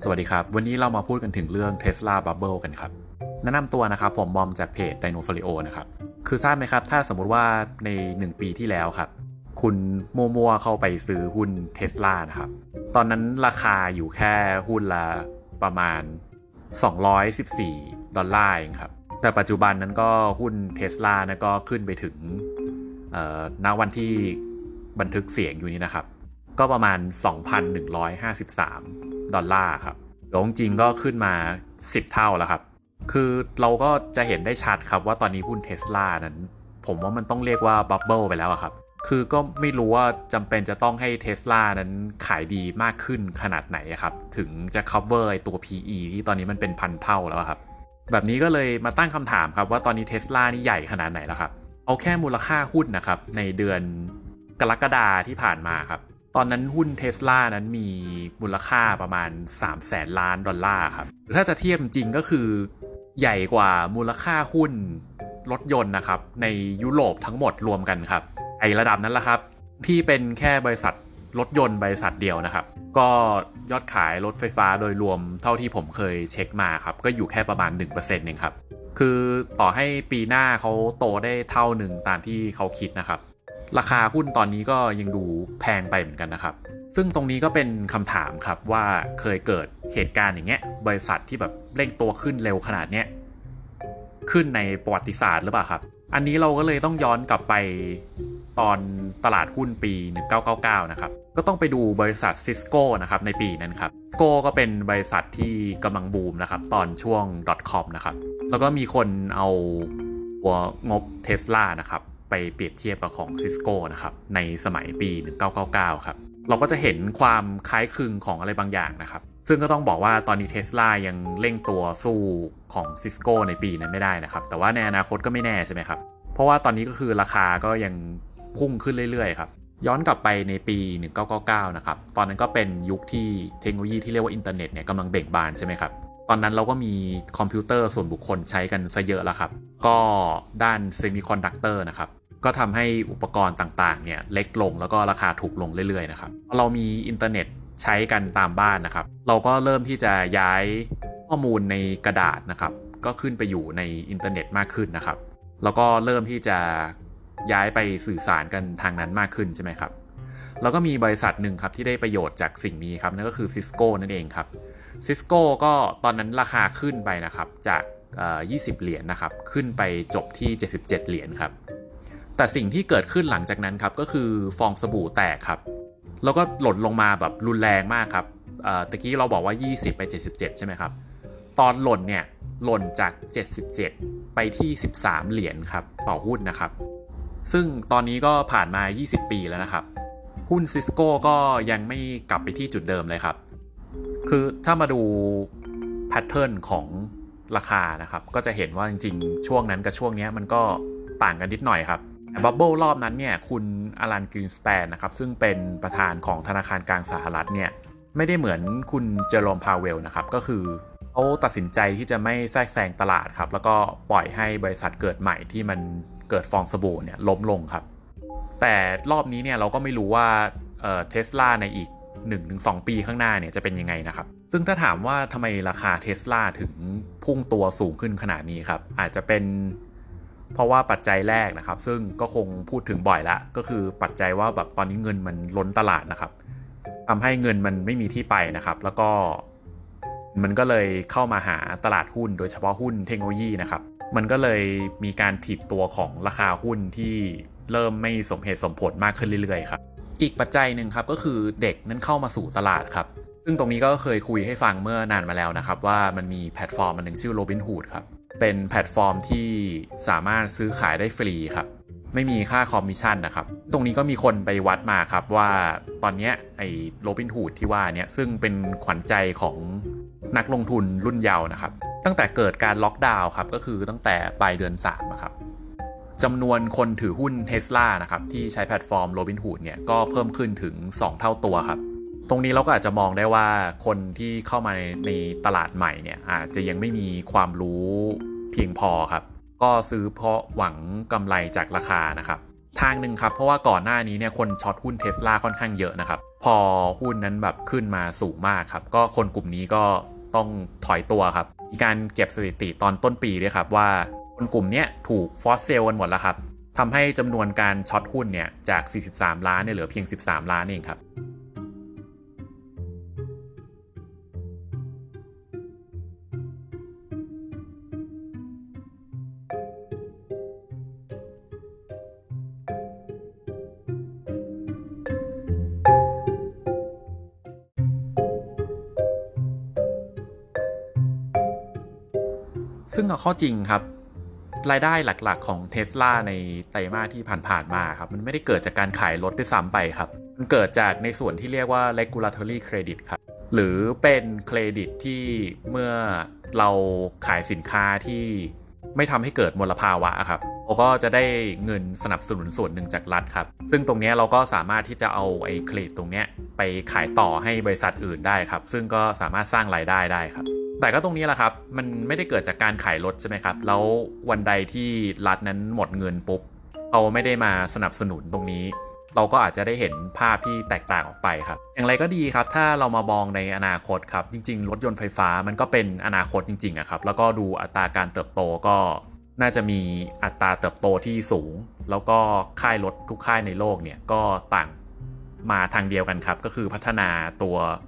สวัสดีครับวันนี้เรามาพูดกันถึงเรื่อง Tesla Bubble กันครับแนะนำตัวนะครับผมบอมจากเพจ Dinofolio นะครับคือทราบไหมครับถ้าสมมุติว่าใน1ปีที่แล้วครับคุณมัวๆเข้าไปซื้อหุ้น Tesla นะครับตอนนั้นราคาอยู่แค่หุ้นละประมาณ$214เองครับแต่ปัจจุบันนั้นก็หุ้น Tesla นะก็ขึ้นไปถึงณวันที่บันทึกเสียงอยู่นี้นะครับก็ประมาณ$2,153ครับแล้วจริงๆก็ขึ้นมา10เท่าแล้วครับคือเราก็จะเห็นได้ชัดครับว่าตอนนี้หุ้น Tesla นั้นผมว่ามันต้องเรียกว่าบับเบิลไปแล้วครับคือก็ไม่รู้ว่าจำเป็นจะต้องให้ Tesla นั้นขายดีมากขึ้นขนาดไหนครับถึงจะ cover ตัว PE ที่ตอนนี้มันเป็นพันเท่าแล้วครับแบบนี้ก็เลยมาตั้งคำถามครับว่าตอนนี้ Tesla นี่ใหญ่ขนาดไหนแล้วครับเอาแค่มูลค่าหุ้นนะครับในเดือนกรกฎาที่ผ่านมาครับตอนนั้นหุ้น Tesla นั้นมีมูลค่าประมาณ$300,000 ล้านครับถ้าจะเทียบจริงก็คือใหญ่กว่ามูลค่าหุ้นรถยนต์นะครับในยุโรปทั้งหมดรวมกันครับไอระดับนั้นแหละครับที่เป็นแค่บริษัทรถยนต์บริษัทเดียวนะครับก็ยอดขายรถไฟฟ้าโดยรวมเท่าที่ผมเคยเช็คมาครับก็อยู่แค่ประมาณ 1% เองครับคือต่อให้ปีหน้าเขาโตได้เท่าหนึ่งตามที่เขาคิดนะครับราคาหุ้นตอนนี้ก็ยังดูแพงไปเหมือนกันนะครับซึ่งตรงนี้ก็เป็นคำถามครับว่าเคยเกิดเหตุการณ์อย่างเงี้ยบริษัทที่แบบเร่งตัวขึ้นเร็วขนาดเนี้ยขึ้นในประวัติศาสตร์หรือเปล่าครับอันนี้เราก็เลยต้องย้อนกลับไปตอนตลาดหุ้นปี1999นะครับก็ต้องไปดูบริษัทซิสโก้นะครับในปีนั้นครับซิสโก้ก็เป็นบริษัทที่กำลังบูมนะครับตอนช่วง .com นะครับแล้วก็มีคนเอาตัวงบ Tesla นะครับไปเปรียบเทียบกับของซิสโก้นะครับในสมัยปี1999ครับเราก็จะเห็นความคล้ายคลึงของอะไรบางอย่างนะครับซึ่งก็ต้องบอกว่าตอนนี้ Tesla ยังเร่งตัวสู้ของ Cisco ในปีนั้นไม่ได้นะครับแต่ว่าในอนาคตก็ไม่แน่ใช่ไหมครับเพราะว่าตอนนี้ก็คือราคาก็ยังพุ่งขึ้นเรื่อยๆครับย้อนกลับไปในปี1999นะครับตอนนั้นก็เป็นยุคที่เทคโนโลยีที่เรียกว่าอินเทอร์เน็ตเนี่ยกำลังเบ่งบานใช่ไหมครับตอนนั้นเราก็มีคอมพิวเตอร์ส่วนบุคคลใช้กันซะเยอะแล้วครับก็ด้านเซมิคอนดักเตอร์นะครับก็ทำให้อุปกรณ์ต่างๆเนี่ยเล็กลงแล้วก็ราคาถูกลงเรื่อยๆนะครับเรามีอินเทอร์เน็ตใช้กันตามบ้านนะครับเราก็เริ่มที่จะย้ายข้อมูลในกระดาษนะครับก็ขึ้นไปอยู่ในอินเทอร์เน็ตมากขึ้นนะครับแล้วก็เริ่มที่จะย้ายไปสื่อสารกันทางนั้นมากขึ้นใช่ไหมครับแล้วก็มีบริษัทหนึ่งครับที่ได้ประโยชน์จากสิ่งนี้ครับนั่นก็คือ Cisco นั่นเองครับ Cisco ก็ตอนนั้นราคาขึ้นไปนะครับจาก$20นะครับขึ้นไปจบที่$77ครับแต่สิ่งที่เกิดขึ้นหลังจากนั้นครับก็คือฟองสบู่แตกครับแล้วก็หล่นลงมาแบบรุนแรงมากครับตะกี้เราบอกว่า20ไป77ใช่ไหมครับตอนหล่นเนี่ยหล่นจาก77ไปที่$13ครับต่อหุ้นนะครับซึ่งตอนนี้ก็ผ่านมา20ปีแล้วนะครับหุ้น Cisco ก็ยังไม่กลับไปที่จุดเดิมเลยครับคือถ้ามาดูแพทเทิร์นของราคานะครับก็จะเห็นว่าจริงๆช่วงนั้นกับช่วงนี้มันก็ต่างกันนิดหน่อยครับบับเบิลรอบนั้นเนี่ยคุณอลันกรีนสแปนนะครับซึ่งเป็นประธานของธนาคารกลางสหรัฐเนี่ยไม่ได้เหมือนคุณเจอโรมพาเวลนะครับก็คือเขาตัดสินใจที่จะไม่แทรกแซงตลาดครับแล้วก็ปล่อยให้บริษัทเกิดใหม่ที่มันเกิดฟองสบู่เนี่ยล้มลงครับแต่รอบนี้เนี่ยเราก็ไม่รู้ว่าTesla ในอีก 1-2 ปีข้างหน้าเนี่ยจะเป็นยังไงนะครับซึ่งถ้าถามว่าทำไมราคา Tesla ถึงพุ่งตัวสูงขึ้นขนาดนี้ครับอาจจะเป็นเพราะว่าปัจจัยแรกนะครับซึ่งก็คงพูดถึงบ่อยละก็คือปัจจัยว่าแบบตอนนี้เงินมันล้นตลาดนะครับทำให้เงินมันไม่มีที่ไปนะครับแล้วก็มันก็เลยเข้ามาหาตลาดหุ้นโดยเฉพาะหุ้นเทคโนโลยีนะครับมันก็เลยมีการถีบตัวของราคาหุ้นที่เริ่มไม่สมเหตุสมผลมากขึ้นเรื่อยๆครับอีกปัจจัยหนึ่งครับก็คือเด็กนั้นเข้ามาสู่ตลาดครับซึ่งตรงนี้ก็เคยคุยให้ฟังเมื่อนานมาแล้วนะครับว่ามันมีแพลตฟอร์มอันหนึ่งชื่อ Robinhood ครับเป็นแพลตฟอร์มที่สามารถซื้อขายได้ฟรีครับไม่มีค่าคอมมิชชั่นนะครับตรงนี้ก็มีคนไปวัดมาครับว่าตอนนี้ไอ้ Robinhood ที่ว่าเนี่ยซึ่งเป็นขวัญใจของนักลงทุนรุ่นเยาว์นะครับตั้งแต่เกิดการล็อกดาวน์ครับก็คือตั้งแต่ปลายเดือน3ครับจำนวนคนถือหุ้น Tesla นะครับที่ใช้แพลตฟอร์ม Robinhood เนี่ยก็เพิ่มขึ้นถึง2เท่าตัวครับตรงนี้เราก็อาจจะมองได้ว่าคนที่เข้ามาในตลาดใหม่เนี่ยอาจจะยังไม่มีความรู้เพียงพอครับก็ซื้อเพราะหวังกำไรจากราคานะครับทางหนึ่งครับเพราะว่าก่อนหน้านี้เนี่ยคนช็อตหุ้น Tesla ค่อนข้างเยอะนะครับพอหุ้นนั้นแบบขึ้นมาสูงมากครับก็คนกลุ่มนี้ก็ต้องถอยตัวครับมีการเก็บสถิติตอนต้นปีด้วยครับว่าคนกลุ่มนี้ถูกฟอสเซลกันหมดแล้วครับทำให้จำนวนการช็อตหุ้นเนี่ยจาก43ล้านเนี่ยเหลือเพียง13ล้านเองครับซึ่งเอาเข้อจริงครับรายได้หลักๆของ Tesla ในไตรมาสที่ผ่านๆมาครับมันไม่ได้เกิดจากการขายรถด้วยซ้ำไปครับมันเกิดจากในส่วนที่เรียกว่า regulatory credit ครับหรือเป็นเครดิตที่เมื่อเราขายสินค้าที่ไม่ทำให้เกิดมลภาวะครับเราก็จะได้เงินสนับสนุนส่วนหนึ่งจากรัฐครับซึ่งตรงนี้เราก็สามารถที่จะเอาไอ้เครดิตตรงนี้ไปขายต่อให้บริษัทอื่นได้ครับซึ่งก็สามารถสร้างรายได้ได้ครับแต่ก็ตรงนี้แหละครับมันไม่ได้เกิดจากการขายรถใช่ไหมครับแล้ววันใดที่รัฐนั้นหมดเงินปุ๊บเขาไม่ได้มาสนับสนุนตรงนี้เราก็อาจจะได้เห็นภาพที่แตกต่างออกไปครับอย่างไรก็ดีครับถ้าเรามามองในอนาคตครับจริงๆรถยนต์ไฟฟ้ามันก็เป็นอนาคตจริงๆอะครับแล้วก็ดูอัตราการเติบโตก็น่าจะมีอัตราเติบโตที่สูงแล้วก็ค่ายรถทุกค่ายในโลกเนี่ยก็ต่างมาทางเดียวกันครับก็คือพัฒนาตัว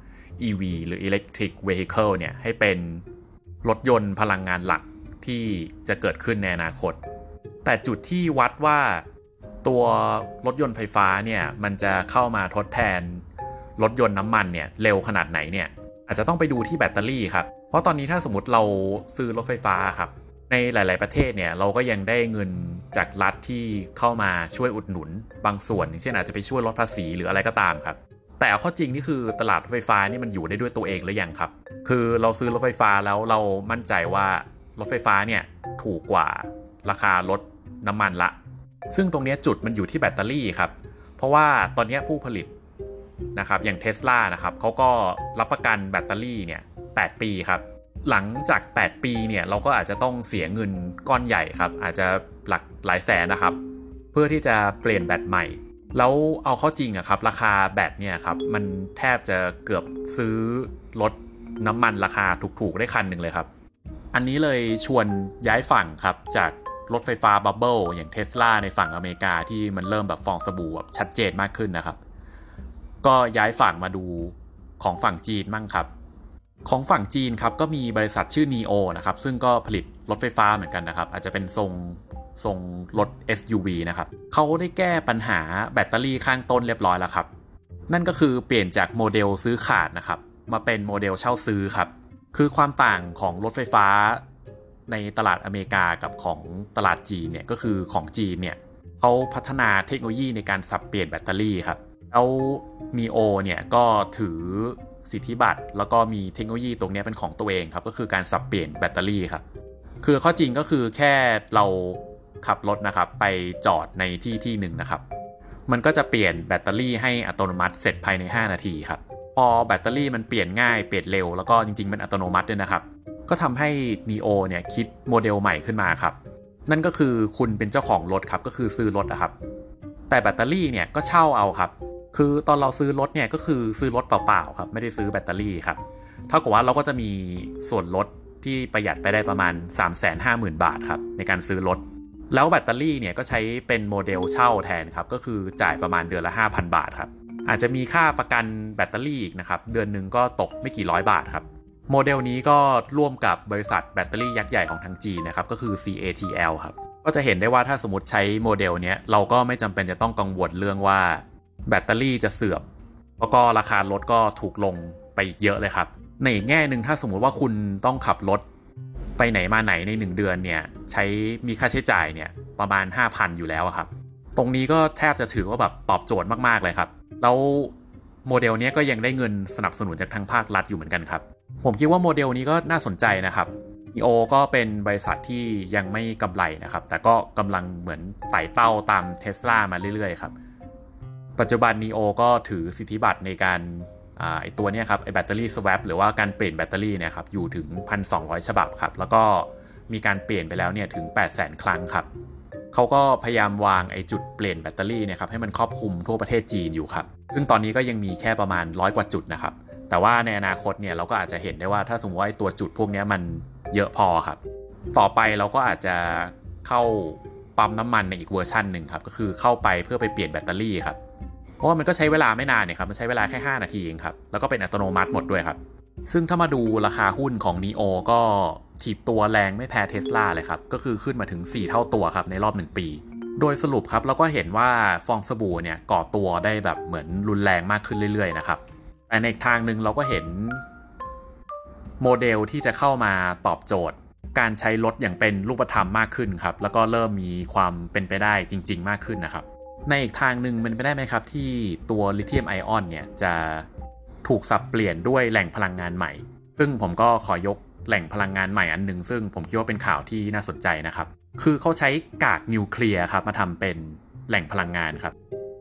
EV หรือ Electric Vehicle เนี่ยให้เป็นรถยนต์พลังงานหลักที่จะเกิดขึ้นในอนาคตแต่จุดที่วัดว่าตัวรถยนต์ไฟฟ้าเนี่ยมันจะเข้ามาทดแทนรถยนต์น้ำมันเนี่ยเร็วขนาดไหนเนี่ยอาจจะต้องไปดูที่แบตเตอรี่ครับเพราะตอนนี้ถ้าสมมติเราซื้อรถไฟฟ้าครับในหลายๆประเทศเนี่ยเราก็ยังได้เงินจากรัฐที่เข้ามาช่วยอุดหนุนบางส่วนเช่นอาจจะไปช่วยลดภาษีหรืออะไรก็ตามครับแต่เอาข้อจริงนี่คือตลาดรถไฟฟ้านี่มันอยู่ได้ด้วยตัวเองหรือยังครับคือเราซื้อรถไฟฟ้าแล้วเรามั่นใจว่ารถไฟฟ้าเนี่ยถูกกว่าราคารถน้ำมันละซึ่งตรงนี้จุดมันอยู่ที่แบตเตอรี่ครับเพราะว่าตอนนี้ผู้ผลิตนะครับอย่าง Tesla นะครับเขาก็รับประกันแบตเตอรี่เนี่ย8ปีครับหลังจาก8ปีเนี่ยเราก็อาจจะต้องเสียเงินก้อนใหญ่ครับอาจจะหลายแสนนะครับเพื่อที่จะเปลี่ยนแบตใหม่แล้วเอาเข้าจริงอะครับราคาแบตเนี่ยครับมันแทบจะเกือบซื้อรถน้ำมันราคาถูกๆได้คันหนึ่งเลยครับอันนี้เลยชวนย้ายฝั่งครับจากรถไฟฟ้าบับเบิลอย่าง Tesla ในฝั่งอเมริกาที่มันเริ่มแบบฟองสบู่แบบชัดเจนมากขึ้นนะครับก็ย้ายฝั่งมาดูของฝั่งจีนมั่งครับของฝั่งจีนครับก็มีบริษัทชื่อ NIO นะครับซึ่งก็ผลิตรถไฟฟ้าเหมือนกันนะครับอาจจะเป็นทรงรถ SUV นะครับเขาได้แก้ปัญหาแบตเตอรี่ข้างต้นเรียบร้อยแล้วครับนั่นก็คือเปลี่ยนจากโมเดลซื้อขาดนะครับมาเป็นโมเดลเช่าซื้อครับคือความต่างของรถไฟฟ้าในตลาดอเมริกากับของตลาดจีนเนี่ยก็คือของจีนเนี่ยเขาพัฒนาเทคโนโลยีในการสับเปลี่ยนแบตเตอรี่ครับแล้ว NIO เนี่ยก็ถือสิทธิบัตรแล้วก็มีเทคโนโลยีตรงนี้เป็นของตัวเองครับก็คือการสับเปลี่ยนแบตเตอรี่ครับคือข้อจริงก็คือแค่เราขับรถนะครับไปจอดในที่หนึ่งนะครับมันก็จะเปลี่ยนแบตเตอรี่ให้อัตโนมัติเสร็จภายใน5นาทีครับพอแบตเตอรี่มันเปลี่ยนง่ายเปลี่ยนเร็วแล้วก็จริงๆมันอัตโนมัติด้วยนะครับก็ทำให้ NIO เนี่ยคิดโมเดลใหม่ขึ้นมาครับนั่นก็คือคุณเป็นเจ้าของรถครับก็คือซื้อรถนะครับแต่แบตเตอรี่เนี่ยก็เช่าเอาครับคือตอนเราซื้อรถเนี่ยก็คือซื้อรถเปล่าๆครับไม่ได้ซื้อแบตเตอรี่ครับเท่ากับว่าเราก็จะมีส่วนลดที่ประหยัดไปได้ประมาณ 350,000 บาทครับในการซื้อรถแล้วแบตเตอรี่เนี่ยก็ใช้เป็นโมเดลเช่าแทนครับก็คือจ่ายประมาณเดือนละ 5,000 บาทครับอาจจะมีค่าประกันแบตเตอรี่อีกนะครับเดือนหนึ่งก็ตกไม่กี่ร้อยบาทครับโมเดลนี้ก็ร่วมกับบริษัทแบตเตอรี่ยักษ์ใหญ่ของทางจีนนะครับก็คือ CATL ครับก็จะเห็นได้ว่าถ้าสมมติใช้โมเดลนี้เราก็ไม่จำเป็นจะต้องกังวลเรื่องว่าแบตเตอรี่จะเสื่อมแล้วก็ราคารถก็ถูกลงไปอีกเยอะเลยครับในอีกแง่หนึ่งถ้าสมมุติว่าคุณต้องขับรถไปไหนมาไหนใน1เดือนเนี่ยมีค่าใช้จ่ายเนี่ยประมาณ 5,000 อยู่แล้วครับตรงนี้ก็แทบจะถือว่าแบบตอบโจทย์มากๆเลยครับแล้วโมเดลนี้ก็ยังได้เงินสนับสนุนจากทางภาครัฐอยู่เหมือนกันครับผมคิดว่าโมเดลนี้ก็น่าสนใจนะครับ NIO ก็เป็นบริษัทที่ยังไม่กำไรนะครับแต่ก็กำลังเหมือนไต่เต้าตาม Tesla มาเรื่อยๆครับปัจจุบัน NIO ก็ถือสิทธิบัตรในการไอตัวนี้ครับไอแบตเตอรี่สวปหรือว่าการเปลี่ยนแบตเตอรี่เนี่ยครับอยู่ถึง 1,200 ฉบับครับแล้วก็มีการเปลี่ยนไปแล้วเนี่ยถึง 800,000 ครั้งครับเขาก็พยายามวางไอ้จุดเปลี่ยนแบตเตอรี่เนี่ยครับให้มันครอบคลุมทั่วประเทศจีนอยู่ครับซึ่งตอนนี้ก็ยังมีแค่ประมาณ100 กว่าจุดนะครับแต่ว่าในอนาคตเนี่ยเราก็อาจจะเห็นได้ว่าถ้าสมมติว่าตัวจุดพวกนี้มันเยอะพอครับต่อไปเราก็อาจจะเข้าปั๊มน้ำมันในอีกเวอร์ชันหนึ่งครับก็คือเข้าไปเพื่อไปเปลี่ยนแบตเตอรี่ครับเพราะว่ามันก็ใช้เวลาไม่นานเนี่ยครับมันใช้เวลาแค่5 นาทีเองครับแล้วก็เป็นอัตโนมัติหมดด้วยครับซึ่งถ้ามาดูราคาหุ้นของ NIO ก็ถีบตัวแรงไม่แพ้ Tesla เลยครับก็คือขึ้นมาถึง4 เท่าตัวครับในรอบ1 ปีโดยสรุปครับเราก็เห็นว่าฟองสบู่เนี่ยก่อตัวได้แบบเหมือนรุนแรงมากขึ้นเรื่อยๆนะครับแต่ในอีกทางหนึ่งเราก็เห็นโมเดลที่จะเข้ามาตอบโจทย์การใช้รถอย่างเป็นรูปธรรมมากขึ้นครับแล้วก็เริ่มมีความเป็นไปได้จริงๆมากขึ้นนะครับในอีกทางหนึ่งมันเป็นไปได้ไหมครับที่ตัวลิเธียมไอออนเนี่ยจะถูกสับเปลี่ยนด้วยแหล่งพลังงานใหม่ซึ่งผมก็ขอยกแหล่งพลังงานใหม่อันหนึ่งซึ่งผมคิดว่าเป็นข่าวที่น่าสนใจนะครับคือเขาใช้กากนิวเคลียร์ครับมาทำเป็นแหล่งพลังงานครับ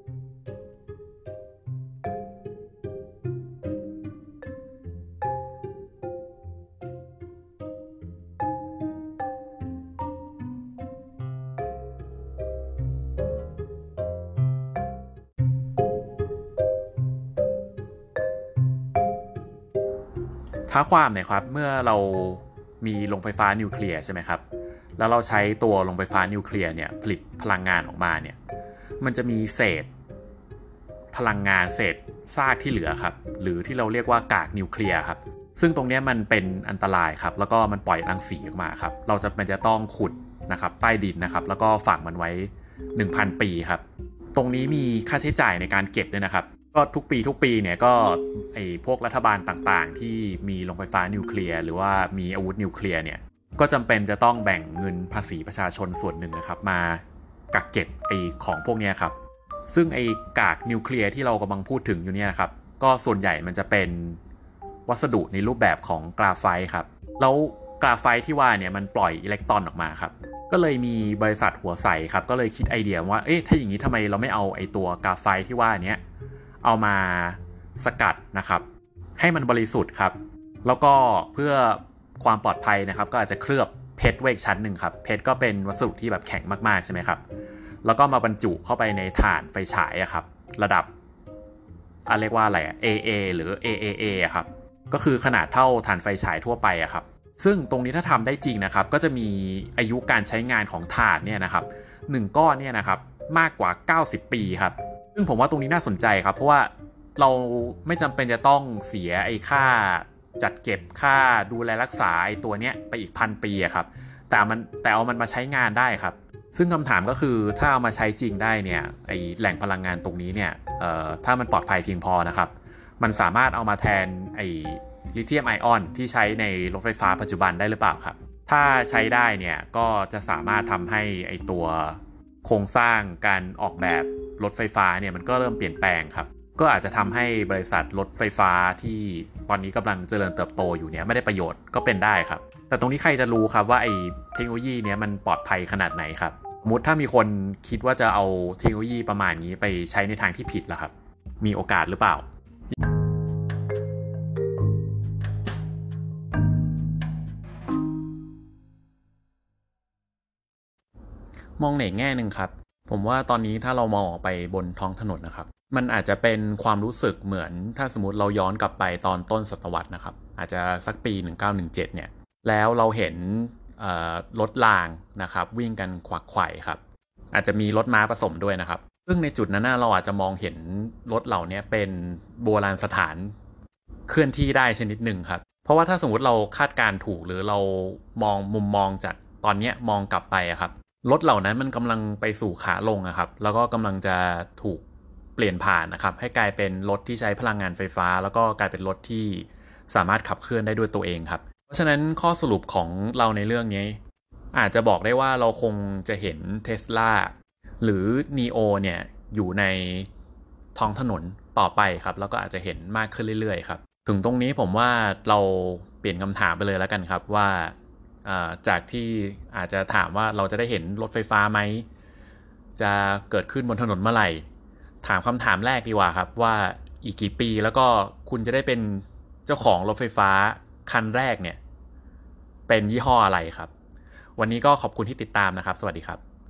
ท้าความเนี่ยครับเมื่อเรามีโรงไฟฟ้านิวเคลียร์ใช่ไหมครับแล้วเราใช้ตัวโรงไฟฟ้านิวเคลียร์เนี่ยผลิตพลังงานออกมาเนี่ยมันจะมีเศษพลังงานเศษซากที่เหลือครับหรือที่เราเรียกว่ากากนิวเคลียร์ครับซึ่งตรงนี้มันเป็นอันตรายครับแล้วก็มันปล่อยรังสีออกมาครับเราจะต้องขุดนะครับใต้ดินนะครับแล้วก็ฝังมันไว้ 1,000 ปีครับตรงนี้มีค่าใช้จ่ายในการเก็บด้วยนะครับก็ทุกปีเนี่ยก็พวกรัฐบาลต่างๆที่มีโรงไฟฟ้านิวเคลียร์หรือว่ามีอาวุธนิวเคลียร์เนี่ยก็จำเป็นจะต้องแบ่งเงินภาษีประชาชนส่วนหนึ่งนะครับมากักเก็บของพวกนี้ครับซึ่งกากนิวเคลียร์ที่เรากำลังพูดถึงอยู่เนี่ยนะครับก็ส่วนใหญ่มันจะเป็นวัสดุในรูปแบบของกราไฟต์ครับแล้วกราไฟต์ที่ว่าเนี่ยมันปล่อยอิเล็กตรอนออกมาครับก็เลยมีบริษัทหัวใสครับก็เลยคิดไอเดียว่าถ้าอย่างนี้ทำไมเราไม่เอาตัวกราไฟต์ที่ว่านี้เอามาสกัดนะครับให้มันบริสุทธิ์ครับแล้วก็เพื่อความปลอดภัยนะครับก็อาจจะเคลือบเพชรไว้อีกชั้นหนึ่งครับเพชรก็เป็นวัสดุที่แบบแข็งมากๆใช่ไหมครับแล้วก็มาบรรจุเข้าไปในถ่านไฟฉายอะครับระดับเรียกว่าอะไรAA หรือ AAA อะครับก็คือขนาดเท่าถ่านไฟฉายทั่วไปอะครับซึ่งตรงนี้ถ้าทำได้จริงนะครับก็จะมีอายุการใช้งานของถ่านเนี่ยนะครับ1 ก้อนเนี่ยนะครับมากกว่า90 ปีครับซึ่งผมว่าตรงนี้น่าสนใจครับเพราะว่าเราไม่จำเป็นจะต้องเสียค่าจัดเก็บค่าดูแลรักษาตัวเนี้ยไปอีก1,000 ปีอะครับแต่เอามันมาใช้งานได้ครับซึ่งคำถามก็คือถ้าเอามาใช้จริงได้เนี่ยแหล่งพลังงานตรงนี้เนี่ยถ้ามันปลอดภัยเพียงพอนะครับมันสามารถเอามาแทนลิเธียมไอออนที่ใช้ในรถไฟฟ้าปัจจุบันได้หรือเปล่าครับถ้าใช้ได้เนี่ยก็จะสามารถทำให้ตัวโครงสร้างการออกแบบรถไฟฟ้าเนี่ยมันก็เริ่มเปลี่ยนแปลงครับก็อาจจะทำให้บริษัทรถไฟฟ้าที่ตอนนี้กำลังเจริญเติบโตอยู่เนี่ยไม่ได้ประโยชน์ก็เป็นได้ครับแต่ตรงนี้ใครจะรู้ครับว่าเทคโนโลยีเนี้ยมันปลอดภัยขนาดไหนครับสมมติถ้ามีคนคิดว่าจะเอาเทคโนโลยีประมาณนี้ไปใช้ในทางที่ผิดล่ะครับมีโอกาสหรือเปล่ามองในแง่หนึ่งครับผมว่าตอนนี้ถ้าเรามองออกไปบนท้องถนนนะครับมันอาจจะเป็นความรู้สึกเหมือนถ้าสมมติเราย้อนกลับไปตอนต้นศตวรรษนะครับอาจจะสักปี1917เนี่ยแล้วเราเห็นรถรางนะครับวิ่งกันขวักไขว่ครับอาจจะมีรถม้าผสมด้วยนะครับซึ่งในจุดนั้นเราอาจจะมองเห็นรถเหล่านี้เป็นโบราณสถานเคลื่อนที่ได้ชนิดหนึ่งครับเพราะว่าถ้าสมมติเราคาดการถูกหรือเรามองมุมมองจากตอนนี้มองกลับไปครับรถเหล่านั้นมันกำลังไปสู่ขาลงครับแล้วก็กำลังจะถูกเปลี่ยนผ่านนะครับให้กลายเป็นรถที่ใช้พลังงานไฟฟ้าแล้วก็กลายเป็นรถที่สามารถขับเคลื่อนได้ด้วยตัวเองครับเพราะฉะนั้นข้อสรุปของเราในเรื่องนี้อาจจะบอกได้ว่าเราคงจะเห็น Tesla หรือ NIO เนี่ยอยู่ในท้องถนนต่อไปครับแล้วก็อาจจะเห็นมากขึ้นเรื่อยๆครับถึงตรงนี้ผมว่าเราเปลี่ยนคำถามไปเลยแล้วกันครับว่าจากที่อาจจะถามว่าเราจะได้เห็นรถไฟฟ้าไหมจะเกิดขึ้นบนถนนเมื่อไหร่ถามคำถามแรกดีกว่าครับว่าอีกกี่ปีแล้วก็คุณจะได้เป็นเจ้าของรถไฟฟ้าคันแรกเนี่ยเป็นยี่ห้ออะไรครับวันนี้ก็ขอบคุณที่ติดตามนะครับสวัสดีครับ